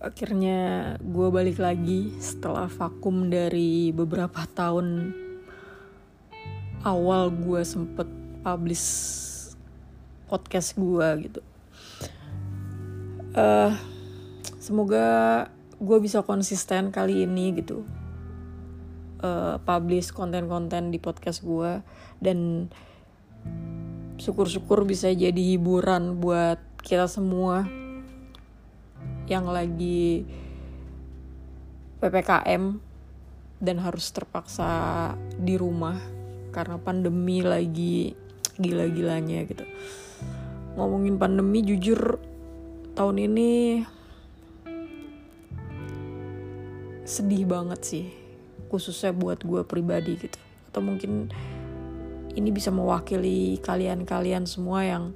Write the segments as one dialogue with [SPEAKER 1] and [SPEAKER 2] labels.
[SPEAKER 1] Akhirnya gue balik lagi setelah vakum dari beberapa tahun awal gue sempet publish podcast gue gitu. Semoga gue bisa konsisten kali ini gitu, publish konten-konten di podcast gue, dan syukur-syukur bisa jadi hiburan buat kita semua yang lagi PPKM dan harus terpaksa di rumah karena pandemi lagi gila-gilanya gitu. Ngomongin pandemi, jujur tahun ini sedih banget sih, khususnya buat gue pribadi gitu. Atau mungkin ini bisa mewakili kalian-kalian semua yang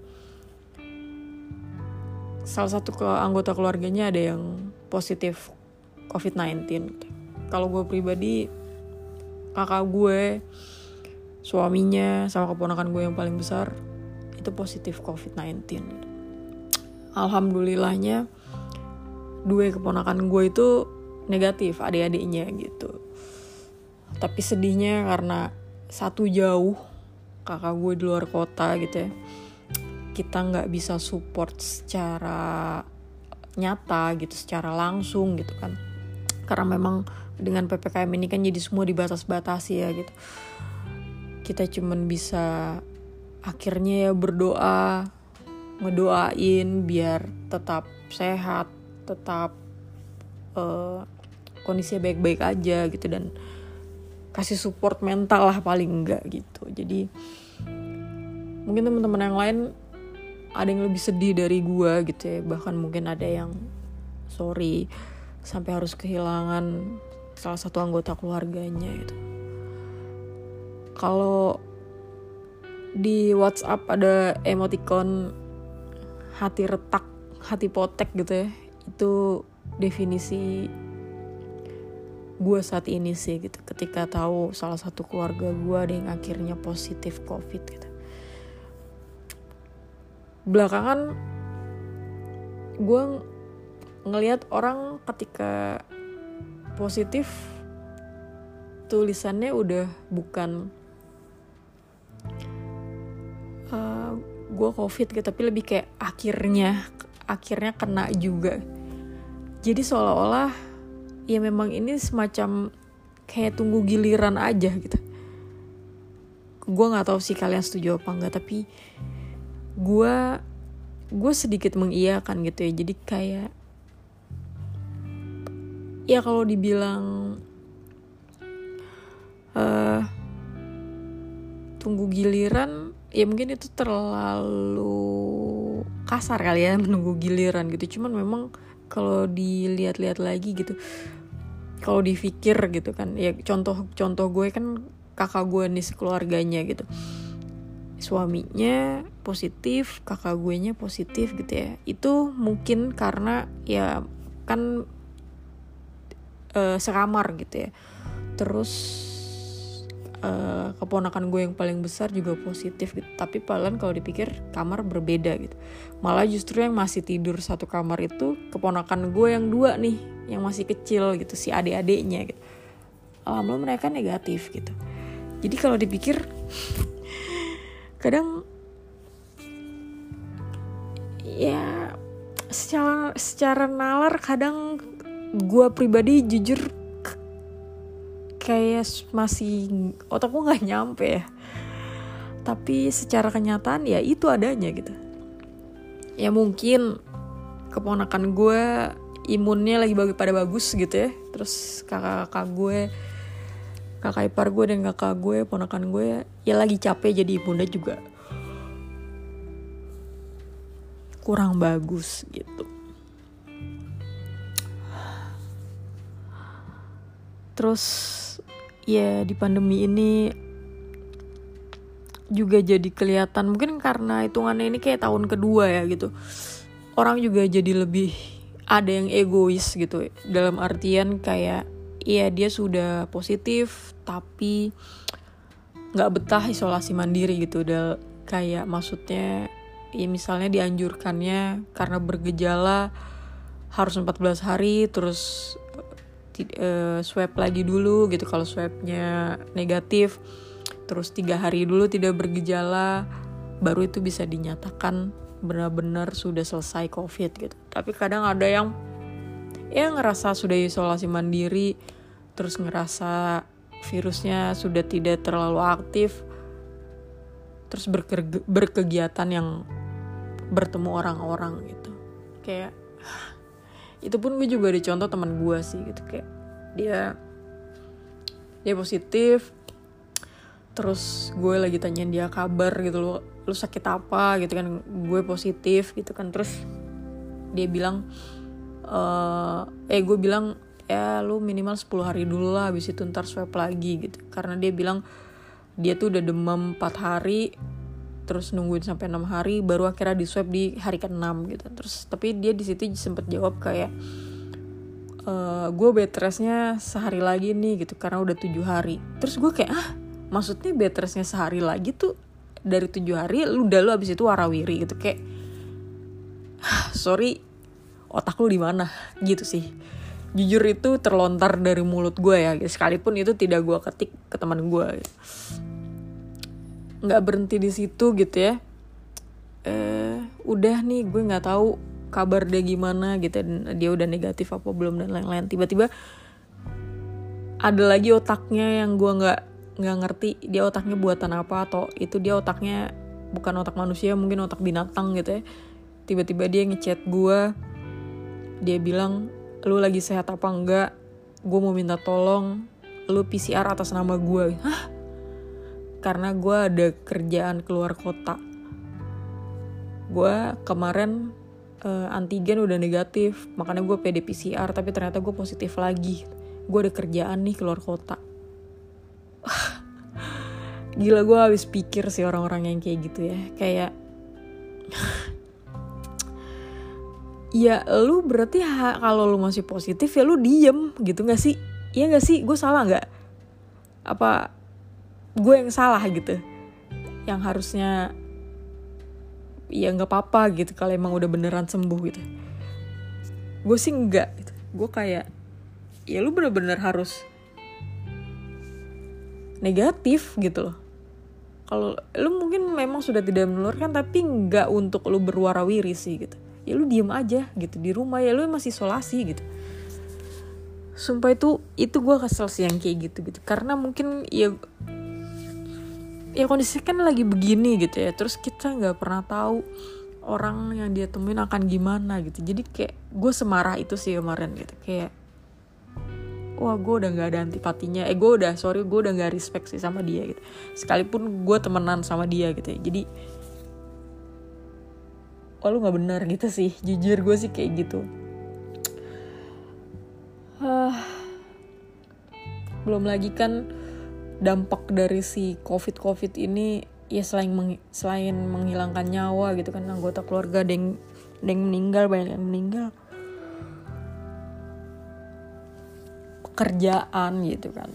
[SPEAKER 1] salah satu anggota keluarganya ada yang positif COVID-19 gitu. Kalau gue pribadi, kakak gue, suaminya, sama keponakan gue yang paling besar itu positif COVID-19 gitu. Alhamdulillahnya 2 keponakan gue itu negatif, adik-adiknya gitu. Tapi sedihnya karena satu jauh, kakak gue di luar kota gitu ya, kita gak bisa support secara nyata gitu, secara langsung gitu kan. Karena memang dengan PPKM ini kan jadi semua dibatas-batasi ya gitu. Kita cuman bisa akhirnya ya berdoa, ngedoain biar tetap sehat, tetap kondisinya baik-baik aja gitu, dan kasih support mental lah paling enggak gitu. Jadi mungkin teman-teman yang lain ada yang lebih sedih dari gue gitu ya, bahkan mungkin ada yang sorry sampai harus kehilangan salah satu anggota keluarganya gitu. Kalau di WhatsApp ada emoticon hati retak, hati potek gitu ya, itu definisi gue saat ini sih gitu, ketika tahu salah satu keluarga gue ada yang akhirnya positif COVID gitu. Belakangan gue ngelihat orang ketika positif tulisannya udah bukan gue COVID gitu, tapi lebih kayak akhirnya kena juga. Jadi seolah-olah ya memang ini semacam kayak tunggu giliran aja gitu. Gue nggak tahu sih kalian setuju apa enggak, tapi gue sedikit mengiyakan gitu ya. Jadi kayak ya kalau dibilang tunggu giliran, ya mungkin itu terlalu kasar kali ya, menunggu giliran gitu. Cuman memang kalau dilihat-lihat lagi gitu, kalau dipikir gitu kan, ya contoh gue kan kakak gue nih sekeluarganya gitu, suaminya positif, kakak gue nya positif gitu ya. Itu mungkin karena ya kan sekamar gitu ya. Terus keponakan gue yang paling besar juga positif gitu. Tapi padahal kalau dipikir kamar berbeda gitu. Malah justru yang masih tidur satu kamar itu keponakan gue yang 2 nih, yang masih kecil gitu, si adik-adiknya gitu. Alhamdulillah mereka negatif gitu. Jadi kalau dipikir kadang ya secara nalar kadang gue pribadi jujur kayak masih otakku nggak nyampe ya. Tapi secara kenyataan ya itu adanya gitu. Ya mungkin keponakan gue imunnya lagi pada bagus gitu ya. Terus kakak ipar gue dan kakak gue, ponakan gue ya lagi capek, jadi imunnya juga kurang bagus gitu. Terus ya di pandemi ini juga jadi kelihatan, mungkin karena hitungannya ini kayak tahun kedua ya gitu, orang juga jadi lebih ada yang egois gitu, dalam artian kayak ya dia sudah positif tapi nggak betah isolasi mandiri gitu. Udah kayak maksudnya ya misalnya dianjurkannya karena bergejala harus 14 hari terus swab lagi dulu gitu. Kalau swabnya negatif, terus 3 hari dulu tidak bergejala, baru itu bisa dinyatakan benar-benar sudah selesai COVID gitu. Tapi kadang ada yang ngerasa sudah isolasi mandiri, terus ngerasa virusnya sudah tidak terlalu aktif, terus berkegiatan yang bertemu orang-orang gitu. Kayak itu pun gue juga dicontoh teman gue sih gitu, kayak dia positif, terus gue lagi tanyain dia kabar gitu, lu sakit apa gitu kan, gue positif gitu kan, terus dia bilang gue bilang ya lu minimal 10 hari dulu lah, habis itu ntar swab lagi gitu, karena dia bilang dia tuh udah demam 4 hari, terus nungguin sampai 6 hari baru akhirnya di swab di hari ke-6 gitu. Terus tapi dia di situ sempat jawab kayak gue bed restnya sehari lagi nih gitu karena udah 7 hari. Terus gue kayak maksudnya bed restnya sehari lagi tuh dari 7 hari lu abis itu warawiri gitu, kayak sorry otak lu di mana gitu sih. Jujur itu terlontar dari mulut gue ya, sekalipun itu tidak gue ketik ke teman gue gitu. Nggak berhenti di situ gitu ya. Udah nih gue nggak tahu kabar dia gimana gitu, dia udah negatif apa belum dan lain-lain. Tiba-tiba ada lagi otaknya yang gue nggak ngerti dia otaknya buatan apa, atau itu dia otaknya bukan otak manusia, mungkin otak binatang gitu ya. Tiba-tiba dia ngechat gue, dia bilang lu lagi sehat apa enggak, gue mau minta tolong lu PCR atas nama gue. Karena gue ada kerjaan keluar kota. Gue kemarin antigen udah negatif, makanya gue pede PCR, tapi ternyata gue positif lagi. Gue ada kerjaan nih keluar kota. Gila, gue habis pikir sih orang-orang yang kayak gitu ya. Kayak ya lu berarti kalau lu masih positif ya lu diem gitu gak sih? Iya gak sih? Gue salah gak? Apa gue yang salah gitu, yang harusnya ya nggak apa-apa gitu kalau emang udah beneran sembuh gitu. Gue sih enggak gitu. Gue kayak ya lu bener-bener harus negatif gitu loh. Kalau lu mungkin memang sudah tidak menularkan, tapi nggak untuk lu berwarawiri sih gitu. Ya lu diem aja gitu di rumah, ya lu masih isolasi gitu. Sumpah itu gue kesel sih yang kayak gitu karena mungkin ya kondisi kan lagi begini gitu ya, terus kita nggak pernah tahu orang yang dia temuin akan gimana gitu. Jadi kayak gue semarah itu sih kemarin gitu, kayak wah gue udah nggak ada antipatinya, gue udah nggak respect sih sama dia gitu, sekalipun gue temenan sama dia gitu ya. Jadi wah lu nggak benar gitu sih, jujur gue sih kayak gitu. Belum lagi kan dampak dari si COVID ini ya selain menghilangkan nyawa gitu kan, anggota keluarga ada yang meninggal, banyak yang meninggal, pekerjaan gitu kan.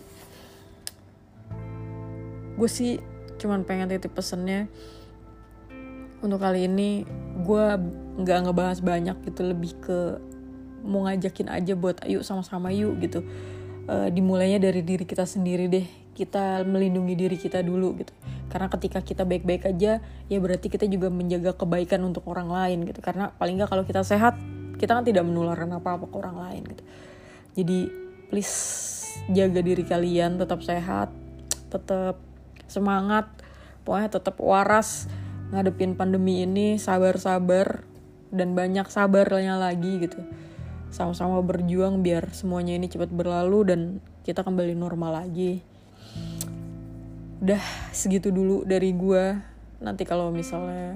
[SPEAKER 1] Gue sih cuman pengen titip pesennya untuk kali ini, gue nggak ngebahas banyak gitu, lebih ke mau ngajakin aja buat ayo sama-sama yuk gitu. Dimulainya dari diri kita sendiri deh, kita melindungi diri kita dulu gitu. Karena ketika kita baik-baik aja, ya berarti kita juga menjaga kebaikan untuk orang lain gitu. Karena paling nggak kalau kita sehat, kita kan tidak menularkan apa-apa ke orang lain gitu. Jadi please jaga diri kalian, tetap sehat, tetap semangat, pokoknya tetap waras ngadepin pandemi ini, sabar-sabar dan banyak sabarnya lagi gitu. Sama-sama berjuang biar semuanya ini cepat berlalu dan kita kembali normal lagi. Udah segitu dulu dari gue. Nanti kalau misalnya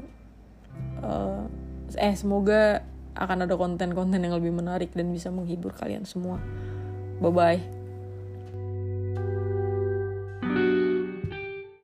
[SPEAKER 1] semoga akan ada konten-konten yang lebih menarik dan bisa menghibur kalian semua. Bye-bye.